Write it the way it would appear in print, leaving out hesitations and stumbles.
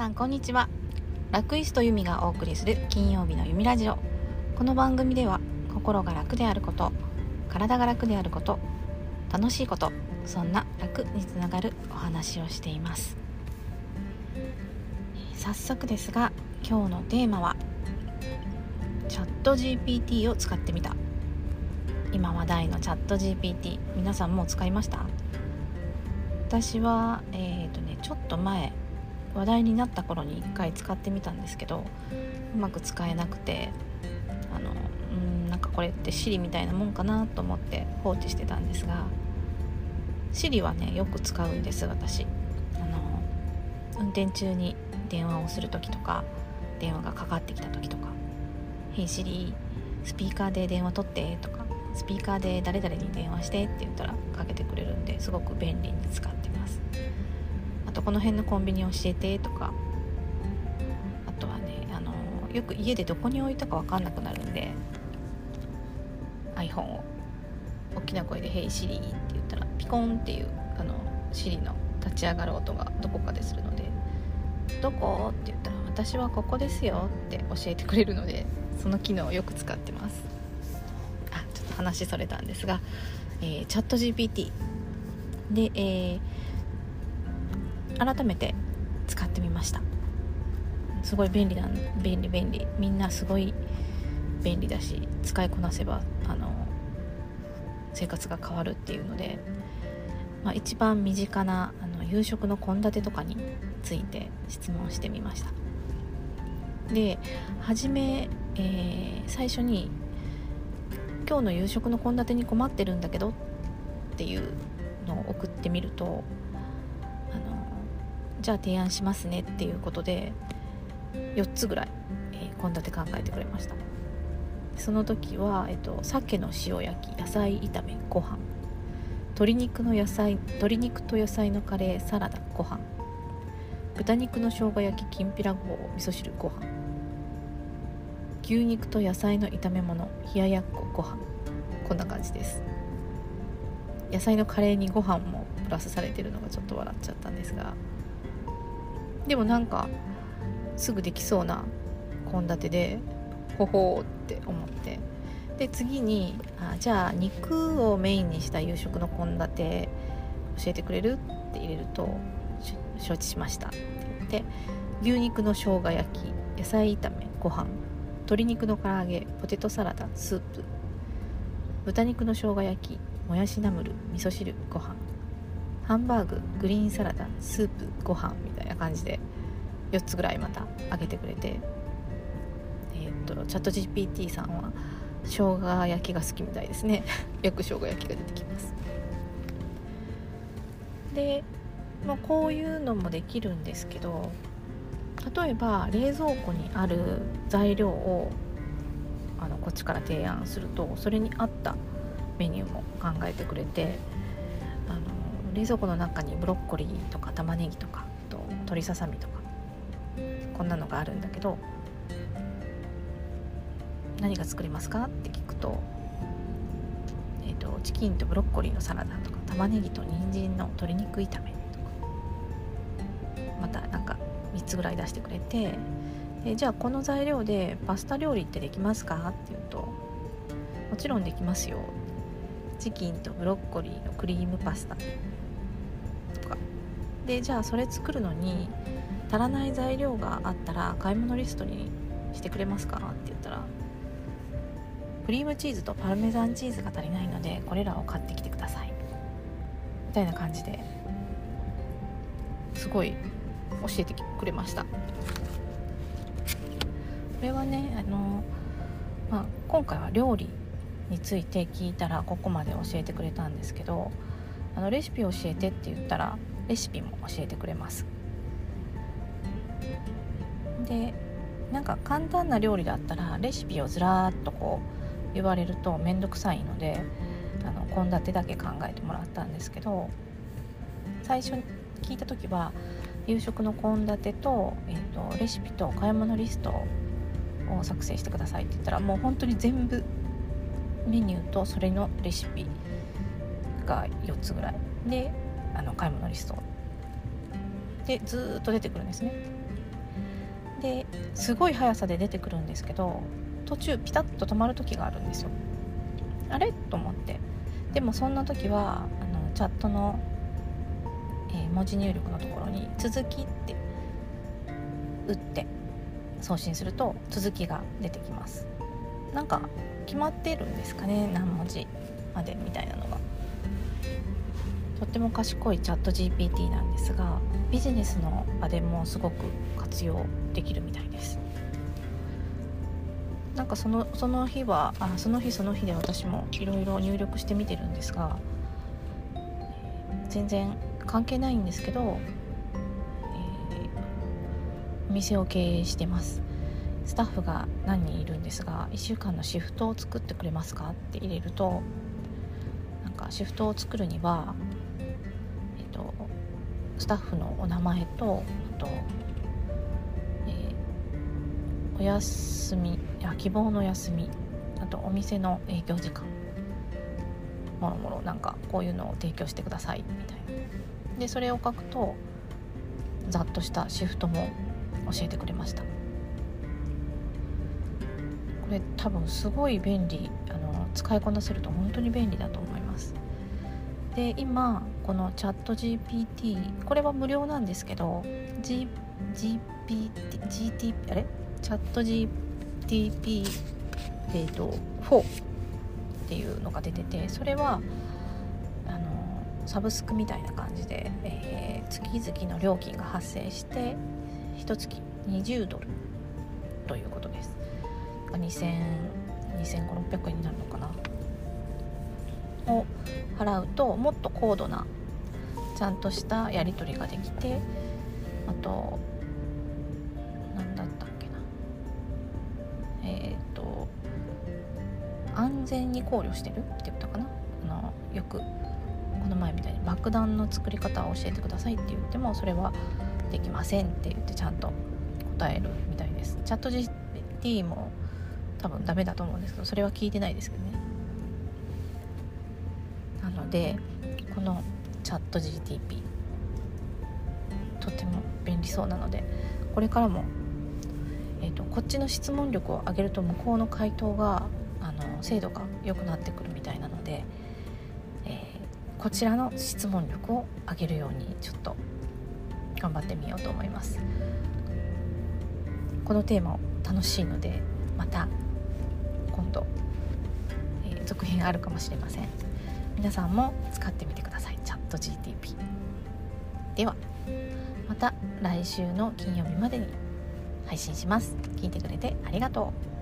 さんこんにちは。ラクイストユミがお送りする金曜日のユミラジオ。この番組では心が楽であること、体が楽であること、楽しいこと、そんな楽につながるお話をしています。早速ですが、今日のテーマはチャット GPT を使ってみた。今話題のチャット GPT、 皆さんもう使いました？私はちょっと前話題になった頃に1回使ってみたんですけど、うまく使えなくて、なんかこれって Siri みたいなもんかなと思って放置してたんですが、 Siri はねよく使うんです。私運転中に電話をする時とか、電話がかかってきた時とか、 Hey Siri スピーカーで電話取ってとか、スピーカーで誰々に電話してって言ったらかけてくれるんで、すごく便利に使ってます。あとこの辺のコンビニ教えてとか、あとはねよく家でどこに置いたか分かんなくなるんで iPhone を大きな声で Hey Siri って言ったらピコンっていうSiri の立ち上がる音がどこかでするので、どこって言ったら私はここですよって教えてくれるので、その機能をよく使ってます。ちょっと話それたんですが、チャット GPT で、改めて使ってみました。すごい便利、みんなすごい便利だし、使いこなせば生活が変わるっていうので、一番身近な夕食の献立とかについて質問してみました。で、最初に今日の夕食の献立に困ってるんだけどっていうのを送ってみると、じゃあ提案しますねっていうことで4つぐらい献立考えてくれました。その時は、鮭の塩焼き、野菜炒め、ご飯、鶏肉と野菜のカレー、サラダ、ご飯、豚肉の生姜焼き、きんぴらごぼう、味噌汁、ご飯、牛肉と野菜の炒め物、冷ややっこ、ご飯。こんな感じです。野菜のカレーにご飯もプラスされてるのがちょっと笑っちゃったんですが、でもなんかすぐできそうな献立で、ほほーって思って、で次にじゃあ肉をメインにした夕食の献立教えてくれるって入れると、承知しましたって言って、牛肉の生姜焼き、野菜炒め、ご飯、鶏肉の唐揚げ、ポテトサラダ、スープ、豚肉の生姜焼き、もやしナムル、味噌汁、ご飯、ハンバーグ、グリーンサラダ、スープ、ご飯みたいな感じで4つぐらいまたあげてくれて、チャット GPT さんは生姜焼きが好きみたいですね。よく生姜焼きが出てきます。で、こういうのもできるんですけど、例えば冷蔵庫にある材料をこっちから提案すると、それに合ったメニューも考えてくれて、冷蔵庫の中にブロッコリーとか玉ねぎとか鶏ささみとかこんなのがあるんだけど、何が作れますかって聞くと、チキンとブロッコリーのサラダとか、玉ねぎと人参の鶏肉炒めとか、またなんか3つぐらい出してくれて、じゃあこの材料でパスタ料理ってできますかって言うと、もちろんできますよ。チキンとブロッコリーのクリームパスタとかで、じゃあそれ作るのに足らない材料があったら買い物リストにしてくれますかって言ったら、クリームチーズとパルメザンチーズが足りないのでこれらを買ってきてくださいみたいな感じで、すごい教えてくれました。これはね、今回は料理について聞いたらここまで教えてくれたんですけど、レシピ教えてって言ったらレシピも教えてくれます。で、なんか簡単な料理だったらレシピをずらーっとこう言われるとめんどくさいので、献立だけ考えてもらったんですけど、最初に聞いた時は夕食の献立と、レシピと買い物リストを作成してくださいって言ったら、もう本当に全部メニューとそれのレシピが4つぐらいで、買い物リストでずっと出てくるんですね。 ですごい速さで出てくるんですけど、途中ピタッと止まる時があるんですよ。あれと思って、でもそんな時はチャットの、文字入力のところに続きって打って送信すると続きが出てきます。なんか決まってるんですかね、何文字までみたいなのが。とっても賢いチャット GPT なんですが、ビジネスの場でもすごく活用できるみたいです。なんかその日はその日で私もいろいろ入力してみてるんですが、全然関係ないんですけど、お店を経営してます。スタッフが何人いるんですが、1週間のシフトを作ってくれますかって入れると、なんかシフトを作るには、スタッフのお名前と、あと、お休み希望の休み、あとお店の営業時間、もろもろなんかこういうのを提供してくださいみたいな。でそれを書くとざっとしたシフトも教えてくれました。これ多分すごい便利、使いこなせると本当に便利だと思います。で今このチャット GPT、 これは無料なんですけど、チャット GPT、4 っていうのが出てて、それはサブスクみたいな感じで、月々の料金が発生して1月$20ということです。2500-2600円になるのかなを払うと、もっと高度なちゃんとしたやり取りができて、あと何だったっけな、安全に考慮してるって言ったかな。よくこの前みたいに爆弾の作り方を教えてくださいって言っても、それはできませんって言ってちゃんと答えるみたいです。チャット GPT も多分ダメだと思うんですけど、それは聞いてないですけどね。なのでこのチャット GTP とても便利そうなので、これからも、こっちの質問力を上げると向こうの回答が精度が良くなってくるみたいなので、こちらの質問力を上げるようにちょっと頑張ってみようと思います。このテーマ楽しいので、また今度、続編あるかもしれません。皆さんも使ってみてください、チャット GTP。 ではまた来週の金曜日までに配信します。聞いてくれてありがとう。